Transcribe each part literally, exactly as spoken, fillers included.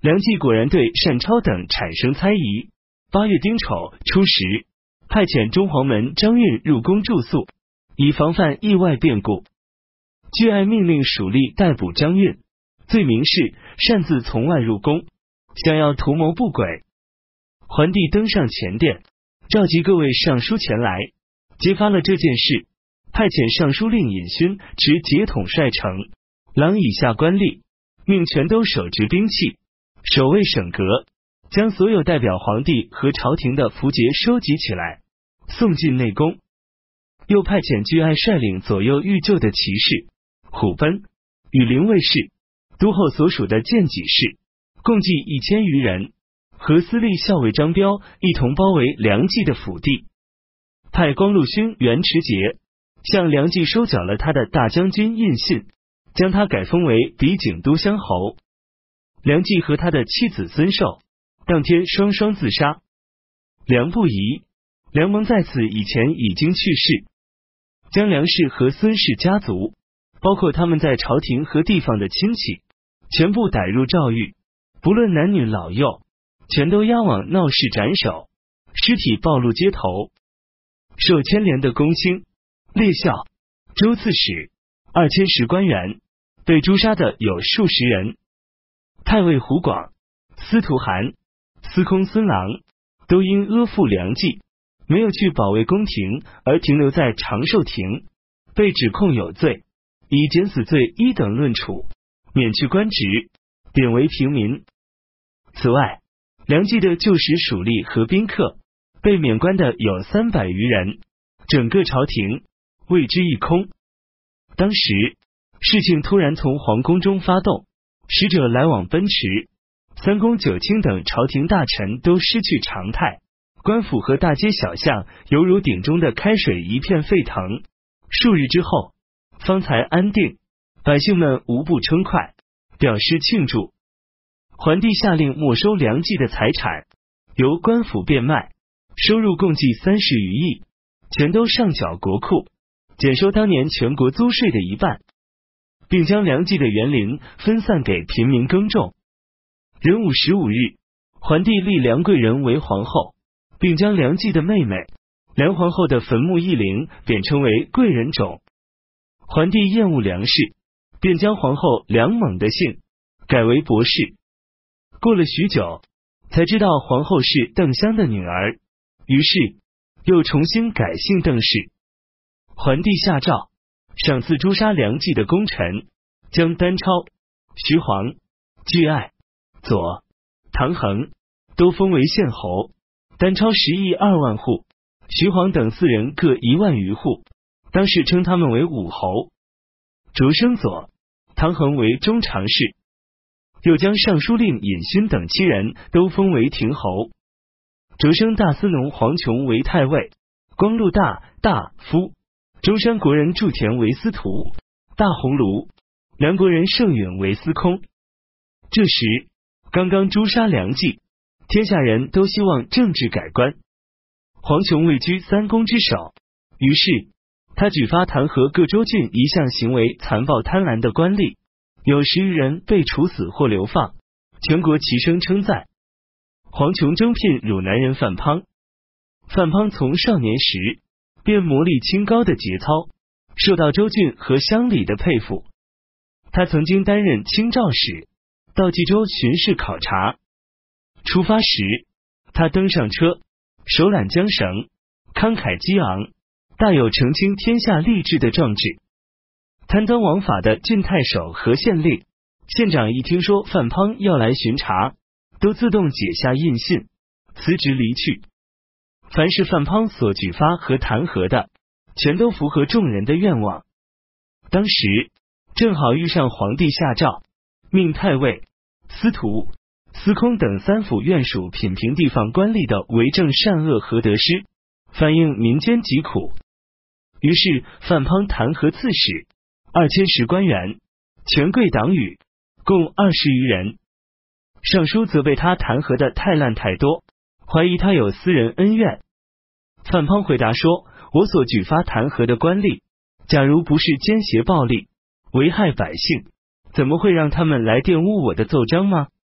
梁冀果然对单超等产生猜疑。八月丁丑初十，派遣中黄门张运入宫住宿，以防范意外变故。巨爱命令属吏逮捕张运，罪名是擅自从外入宫，想要图谋不轨。桓帝登上前殿，召集各位尚书前来，揭发了这件事，派遣尚书令尹勋持节统率城，郎以下官吏，命全都手执兵器，守卫省阁，将所有代表皇帝和朝廷的符节收集起来，送进内宫。又派遣巨爱率领左右御救的骑士、虎贲、羽林卫士、都后所属的监己士，共计一千余人，和司隶校尉张彪一同包围梁冀的府邸。派光禄勋袁持节向梁冀收缴了他的大将军印信，将他改封为比景都乡侯。梁冀和他的妻子孙寿当天双双自杀。梁不疑，梁蒙在此以前已经去世，将梁氏和孙氏家族，包括他们在朝廷和地方的亲戚，全部逮入诏狱，不论男女老幼，全都押往闹市斩首，尸体暴露街头。受牵连的公卿、列校、州刺史、二千石官员，被诛杀的有数十人。太尉胡广、司徒韩、司空孙郎都因阿附梁冀，没有去保卫宫廷，而停留在长寿亭，被指控有罪，以减死罪一等论处，免去官职，贬为平民。此外，梁冀的旧时属吏和宾客被免官的有三百余人，整个朝廷为之一空。当时事情突然从皇宫中发动，使者来往奔驰，三公九卿等朝廷大臣都失去常态，官府和大街小巷犹如鼎中的开水，一片沸腾。数日之后方才安定，百姓们无不称快，表示庆祝。桓帝下令没收梁冀的财产，由官府变卖，收入共计三十余亿，全都上缴国库，减收当年全国租税的一半，并将梁冀的园林分散给平民耕种。壬午十五日，桓帝立梁贵人为皇后，并将梁冀的妹妹梁皇后的坟墓义陵贬称为贵人冢。桓帝厌恶梁氏，便将皇后梁猛的姓改为博氏。过了许久，才知道皇后是邓襄的女儿，于是又重新改姓邓氏。桓帝下诏赏赐诛杀梁冀的功臣，将丹超、徐晃、巨爱、左、唐衡都封为县侯。丹超十亿二万户，徐晃等四人各一万余户，当时称他们为武侯。擢升左、唐衡为中常侍，又将尚书令尹勋等七人都封为亭侯。擢升大司农黄琼为太尉，光禄大大夫，中山国人祝田为司徒，大鸿胪、梁国人盛允为司空。这时刚刚诛杀梁冀，天下人都希望政治改观。黄琼位居三公之首，于是他举发弹劾各州郡一项行为残暴贪婪的官吏，有十余人被处死或流放，全国齐声称赞。黄琼征聘汝南人范滂，范滂从少年时便磨砺清高的节操，受到州郡和乡里的佩服。他曾经担任清照使，到冀州巡视考察。出发时，他登上车，手揽缰绳，慷慨激昂，大有承倾天下立志的壮志。贪赃枉法的郡太守和县令、县长一听说范滂要来巡查，都自动解下印信，辞职离去。凡是范滂所举发和弹劾的，全都符合众人的愿望。当时正好遇上皇帝下诏，命太尉、司徒、司空等三府院属品评地方官吏的为政善恶和得失，反映民间疾苦。于是范滂弹劾刺史、二千石官员、权贵党羽，共二十余人。尚书则被他弹劾的太烂太多，怀疑他有私人恩怨。范滂回答说，我所举发弹劾的官吏，假如不是奸邪暴力，危害百姓，怎么会让他们来玷污我的奏章吗？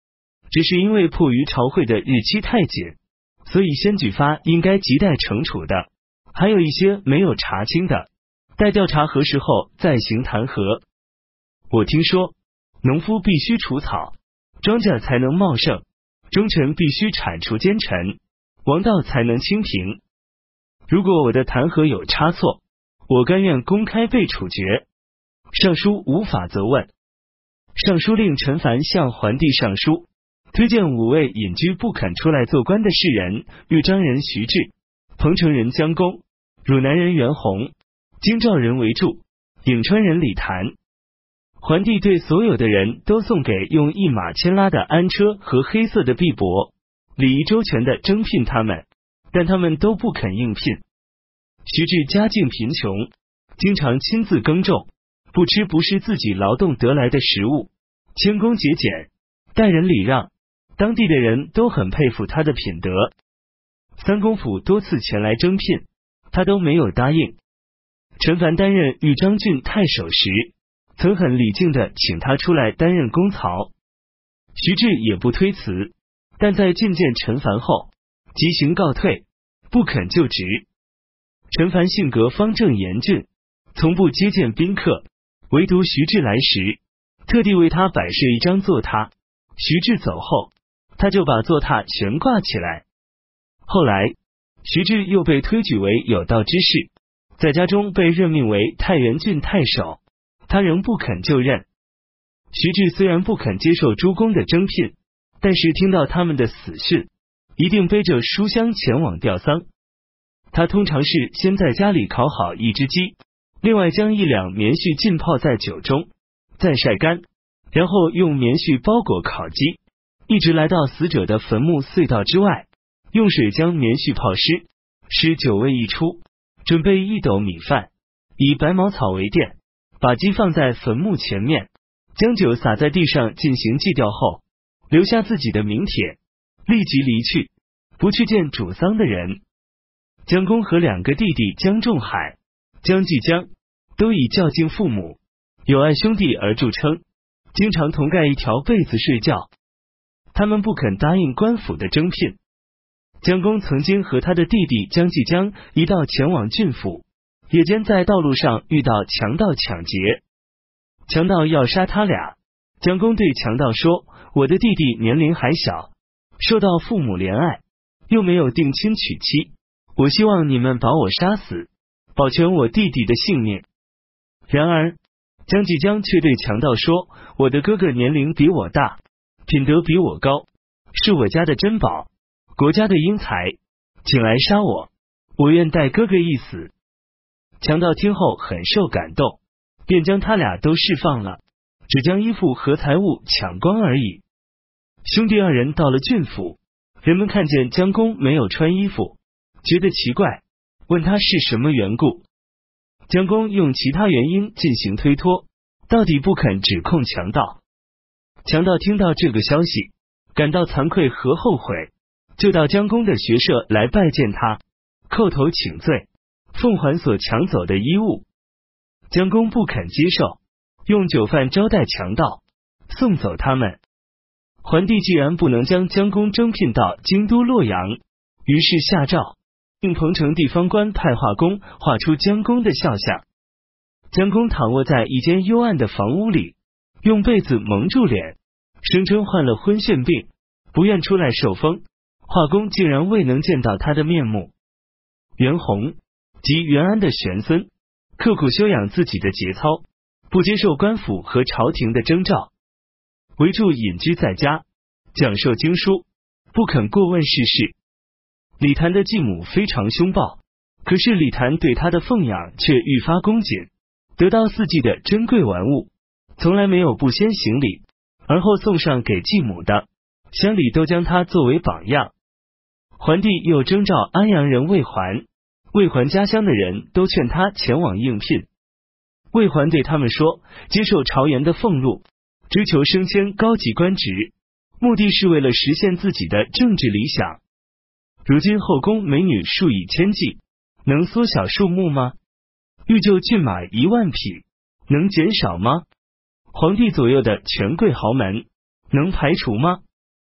只是因为迫于朝会的日期太紧，所以先举发应该亟待惩处的，还有一些没有查清的，待调查核实后再行弹劾。我听说，农夫必须除草，庄稼才能茂盛；忠臣必须铲除奸臣，王道才能清平。如果我的弹劾有差错，我甘愿公开被处决。尚书无法责问。尚书令陈蕃向桓帝上书，推荐五位隐居不肯出来做官的士人：豫章人徐志、彭城人姜公、汝南人袁弘、京兆人韦柱、颍川人李谭。桓帝对所有的人都送给用一马牵拉的安车和黑色的璧帛，礼仪周全的征聘他们，但他们都不肯应聘。徐志家境贫穷，经常亲自耕种，不吃不是自己劳动得来的食物，谦恭节俭，待人礼让，当地的人都很佩服他的品德。三公府多次前来征聘，他都没有答应。陈蕃担任豫章郡太守时，曾很礼敬地请他出来担任公曹。徐志也不推辞，但在觐见陈蕃后，即行告退，不肯就职。陈蕃性格方正严峻，从不接见宾客，唯独徐志来时，特地为他摆设一张坐榻。徐志走后，他就把坐榻全挂起来。后来，徐志又被推举为有道之士，在家中被任命为太原郡太守，他仍不肯就任。徐志虽然不肯接受诸公的征聘，但是听到他们的死讯，一定背着书箱前往吊丧。他通常是先在家里烤好一只鸡，另外将一两棉絮浸泡在酒中，再晒干，然后用棉絮包裹烤鸡，一直来到死者的坟墓隧道之外，用水将棉絮泡湿，使酒味溢出，准备一斗米饭，以白茅草为垫，把鸡放在坟墓前面，将酒洒在地上进行祭吊后，留下自己的名帖，立即离去，不去见主丧的人。姜公和两个弟弟姜仲海、姜继姜都以孝敬父母、友爱兄弟而著称，经常同盖一条被子睡觉。他们不肯答应官府的征聘。姜公曾经和他的弟弟姜继姜一道前往郡府，夜间在道路上遇到强盗抢劫，强盗要杀他俩。姜公对强盗说：“我的弟弟年龄还小，受到父母怜爱，又没有定亲娶妻，我希望你们把我杀死，保全我弟弟的性命。”然而姜继姜却对强盗说：“我的哥哥年龄比我大，品德比我高，是我家的珍宝，国家的英才，请来杀我，我愿代哥哥一死。”强盗听后很受感动，便将他俩都释放了，只将衣服和财物抢光而已。兄弟二人到了郡府，人们看见姜公没有穿衣服，觉得奇怪，问他是什么缘故。姜公用其他原因进行推脱，到底不肯指控强盗。强盗听到这个消息，感到惭愧和后悔，就到姜公的学舍来拜见他，叩头请罪，奉还所抢走的衣物。姜公不肯接受，用酒饭招待强盗，送走他们。桓帝既然不能将姜公征聘到京都洛阳，于是下诏令彭城地方官派画工画出姜公的肖像。姜公躺卧在一间幽暗的房屋里，用被子蒙住脸，声称患了昏眩病，不愿出来受封。画工竟然未能见到他的面目。袁弘即袁安的玄孙，刻苦修养自己的节操，不接受官府和朝廷的征召。韦柱隐居在家，讲授经书，不肯过问世事。李谭的继母非常凶暴，可是李谭对他的奉养却愈发恭谨，得到四季的珍贵玩物，从来没有不先行礼，而后送上给继母的，乡里都将他作为榜样。桓帝又征召安阳人魏桓，魏桓家乡的人都劝他前往应聘。魏桓对他们说，接受朝言的俸禄，追求升迁高级官职，目的是为了实现自己的政治理想。如今后宫美女数以千计，能缩小数目吗？御就骏马一万匹，能减少吗？皇帝左右的权贵豪门，能排除吗？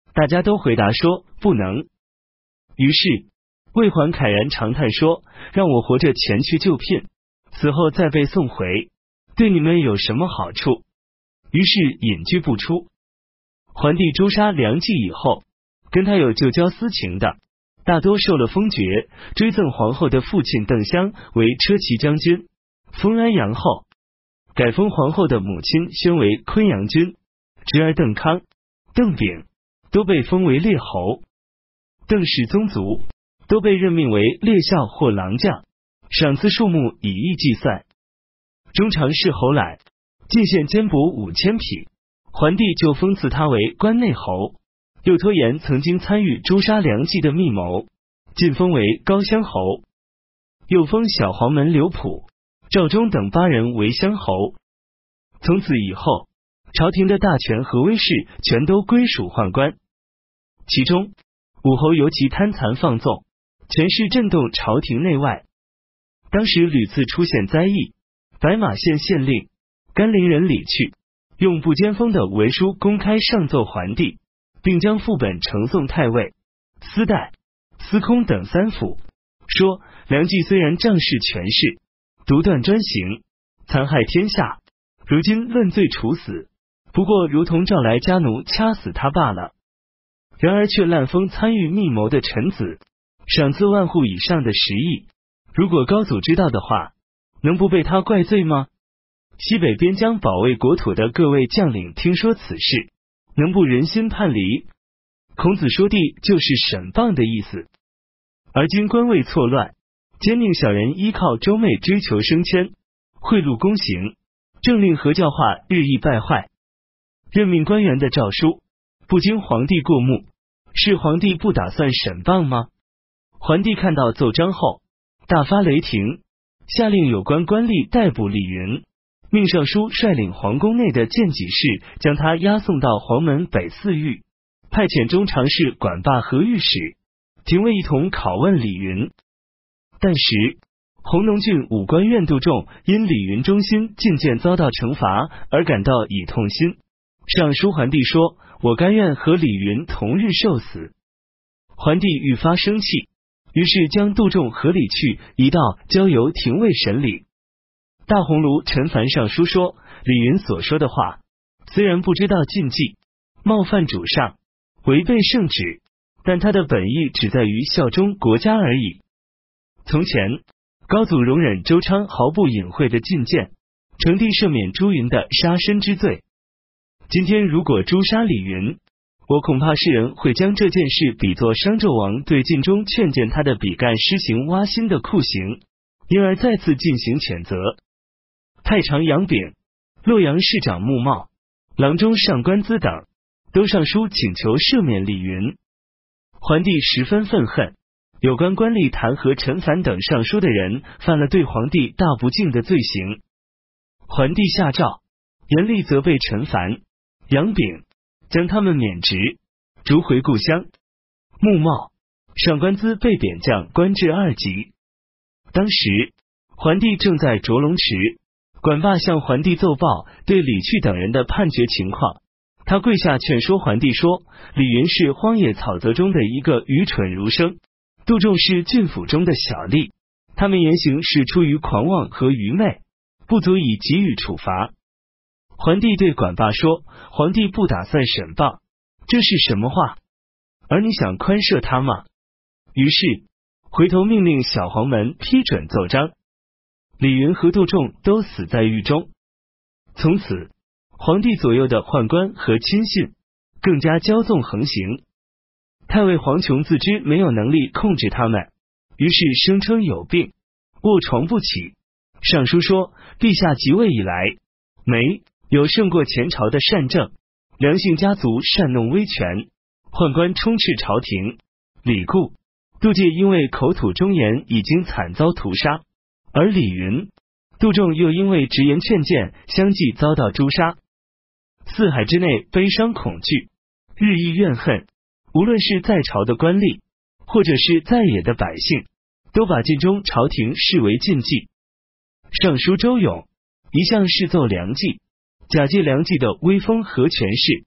大家都回答说不能。于是魏桓慨然长叹说：让我活着前去救聘，死后再被送回，对你们有什么好处？于是隐居不出。桓帝诛杀梁冀以后，跟他有旧交私情的，大多受了封爵，追赠皇后的父亲邓襄为车骑将军，封安阳后，改封皇后的母亲宣为昆阳君，侄儿邓康、邓炳都被封为列侯，邓氏宗族都被任命为列校或郎将，赏赐数目以亿计算。中常侍侯览进献坚帛五千匹，桓帝就封赐他为关内侯，又拖延曾经参与诛杀梁冀的密谋，晋封为高乡侯，又封小黄门刘普、赵忠等八人为乡侯。从此以后，朝廷的大权和威势全都归属宦官，其中武侯尤其贪残放纵，权势震动朝廷内外。当时屡次出现灾异，白马县县令甘陵人李去用不兼封的文书公开上奏桓帝，并将副本呈送太尉、司代、司空等三府，说梁冀虽然仗势权势，独断专行，残害天下，如今论罪处死，不过如同召来家奴掐死他罢了。然而却滥封参与密谋的臣子，赏赐万户以上的食邑，如果高祖知道的话，能不被他怪罪吗？西北边疆保卫国土的各位将领听说此事，能不人心叛离？孔子说地就是审谤的意思。而今官位错乱，奸佞小人依靠周媚追求升迁，贿赂公行，政令和教化日益败坏。任命官员的诏书不经皇帝过目，是皇帝不打算审谤吗？桓帝看到奏章后大发雷霆，下令有关官吏逮捕李云，命尚书率领皇宫内的监给事将他押送到黄门北四狱，派遣中常侍管霸和御史、廷尉一同拷问李云。但时弘农郡武官院杜仲因李云忠心进谏遭到惩罚而感到以痛心，上书桓帝说：我甘愿和李云同日受死。桓帝愈发生气，于是将杜仲和李去移到交由廷尉审理。大鸿胪陈蕃上书说，李云所说的话虽然不知道禁忌，冒犯主上，违背圣旨，但他的本意只在于效忠国家而已。从前高祖容忍周昌毫不隐晦的进谏，成帝赦免朱云的杀身之罪。今天如果诛杀李云，我恐怕世人会将这件事比作商纣王对晋中劝谏他的比干施行挖心的酷刑，因而再次进行谴责。太常杨炳、洛阳市长穆茂、郎中上官资等都上书请求赦免李云。桓帝十分愤恨，有关官吏弹劾陈蕃等上书的人犯了对皇帝大不敬的罪行。桓帝下诏严厉责备陈蕃、杨炳，将他们免职，逐回故乡。穆茂、上官资被贬降官至二级。当时桓帝正在卓龙池，管霸向桓帝奏报对李去等人的判决情况，他跪下劝说桓帝说，李云是荒野草泽中的一个愚蠢儒生，杜仲是郡府中的小吏，他们言行是出于狂妄和愚昧，不足以给予处罚。桓帝对管霸说，皇帝不打算审谤，这是什么话？而你想宽赦他吗？于是回头命令小黄门批准奏章，李云和杜仲都死在狱中。从此皇帝左右的宦官和亲信更加骄纵横行。太尉黄琼自知没有能力控制他们，于是声称有病，卧床不起。上书说，陛下即位以来，没有胜过前朝的善政，梁姓家族擅弄威权，宦官充斥朝廷。李固、杜介因为口吐忠言已经惨遭屠杀，而李云、杜仲又因为直言劝谏相继遭到诛杀。四海之内悲伤恐惧，日益怨恨，无论是在朝的官吏，或者是在野的百姓，都把晋中朝廷视为禁忌。尚书周永一向侍奏梁冀，假借梁冀的威风和权势，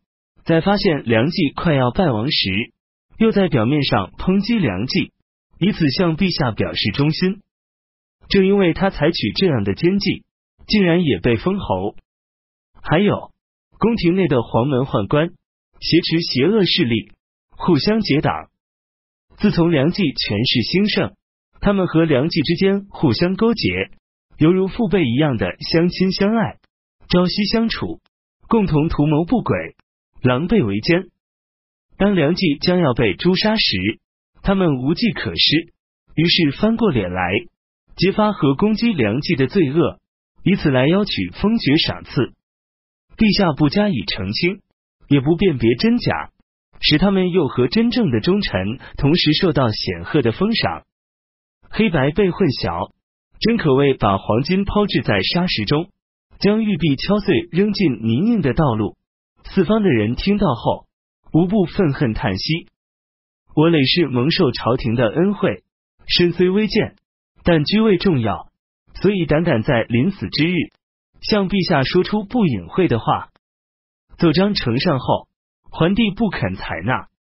在发现梁冀快要败亡时，又在表面上抨击梁冀，以此向陛下表示忠心。正因为他采取这样的奸计，竟然也被封侯。还有宫廷内的黄门宦官挟持邪恶势力，互相结党。自从梁冀权势兴盛，他们和梁冀之间互相勾结，犹如父辈一样的相亲相爱，朝夕相处，共同图谋不轨，狼狈为奸。当梁冀将要被诛杀时，他们无计可施，于是翻过脸来，揭发和攻击梁冀的罪恶，以此来要取封爵赏赐。陛下不加以澄清，也不辨别真假，使他们又和真正的忠臣同时受到显赫的封赏。黑白被混淆，真可谓把黄金抛掷在沙石中，将玉璧敲碎扔进泥泞的道路。四方的人听到后，无不愤恨叹息。我累是蒙受朝廷的恩惠，身虽微贱，但居位重要，所以胆敢在临死之日向陛下说出不隐晦的话。奏章呈上后，桓帝不肯采纳，